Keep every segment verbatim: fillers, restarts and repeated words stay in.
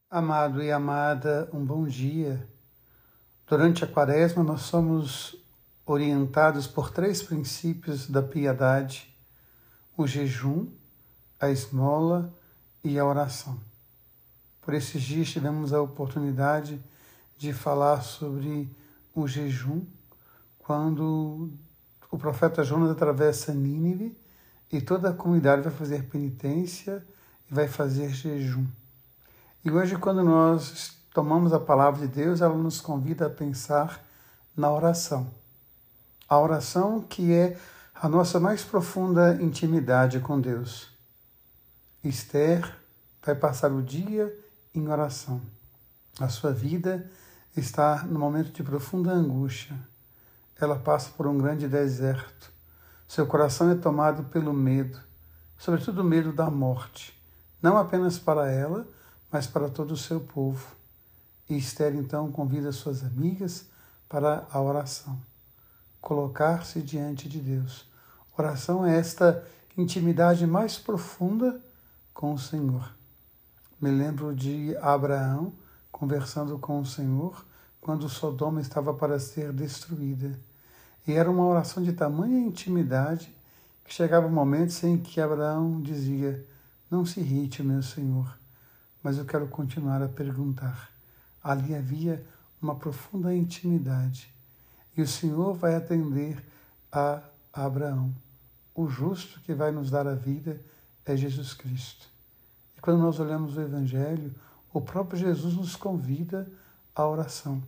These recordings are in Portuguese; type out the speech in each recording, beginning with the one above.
Amado e amada, um bom dia. Durante a Quaresma, nós somos orientados por três princípios da piedade: o jejum, a esmola e a oração. Por esses dias tivemos a oportunidade de falar sobre o jejum, quando o profeta Jonas atravessa Nínive e toda a comunidade vai fazer penitência e vai fazer jejum. E hoje, quando nós tomamos a palavra de Deus, ela nos convida a pensar na oração. A oração que é a nossa mais profunda intimidade com Deus. Esther vai passar o dia em oração. A sua vida está no momento de profunda angústia. Ela passa por um grande deserto. Seu coração é tomado pelo medo, sobretudo o medo da morte, não apenas para ela, mas para todo o seu povo. E Esther então convida suas amigas para a oração. Colocar-se diante de Deus. Oração é esta intimidade mais profunda com o Senhor. Me lembro de Abraão conversando com o Senhor quando Sodoma estava para ser destruída. E era uma oração de tamanha intimidade que chegava momentos em que Abraão dizia: não se irrite, meu Senhor, mas eu quero continuar a perguntar. Ali havia uma profunda intimidade. E o Senhor vai atender a Abraão. O justo que vai nos dar a vida é Jesus Cristo. E quando nós olhamos o Evangelho, o próprio Jesus nos convida à oração.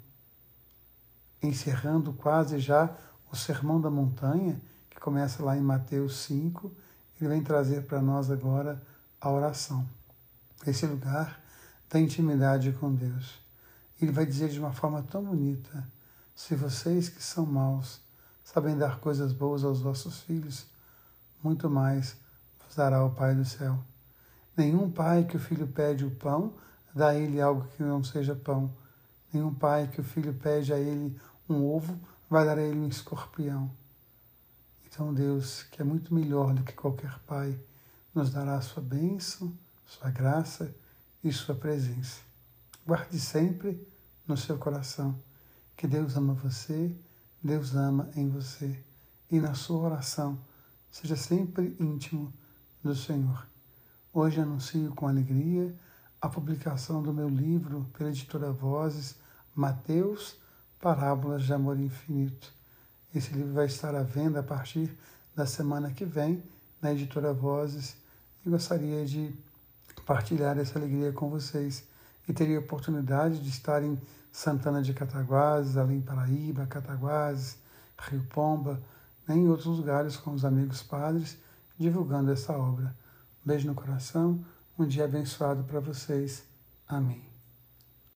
Encerrando quase já o Sermão da Montanha, que começa lá em Mateus cinco, ele vem trazer para nós agora a oração. Esse lugar da intimidade com Deus. Ele vai dizer de uma forma tão bonita: se vocês que são maus sabem dar coisas boas aos vossos filhos, muito mais vos dará o Pai do céu. Nenhum pai que o filho pede o pão, dá a ele algo que não seja pão. Nenhum pai que o filho pede a ele um ovo, vai dar a ele um escorpião. Então Deus, que é muito melhor do que qualquer pai, nos dará a sua bênção, sua graça e sua presença. Guarde sempre no seu coração que Deus ama você, Deus ama em você. E na sua oração, seja sempre íntimo do Senhor. Hoje anuncio com alegria a publicação do meu livro pela editora Vozes, Mateus, Parábolas de Amor Infinito. Esse livro vai estar à venda a partir da semana que vem na editora Vozes e gostaria de partilhar essa alegria com vocês. E teria a oportunidade de estar em Santana de Cataguases, além Paraíba, Cataguases, Rio Pomba, né, em outros lugares com os amigos padres, divulgando essa obra. Um beijo no coração, um dia abençoado para vocês. Amém.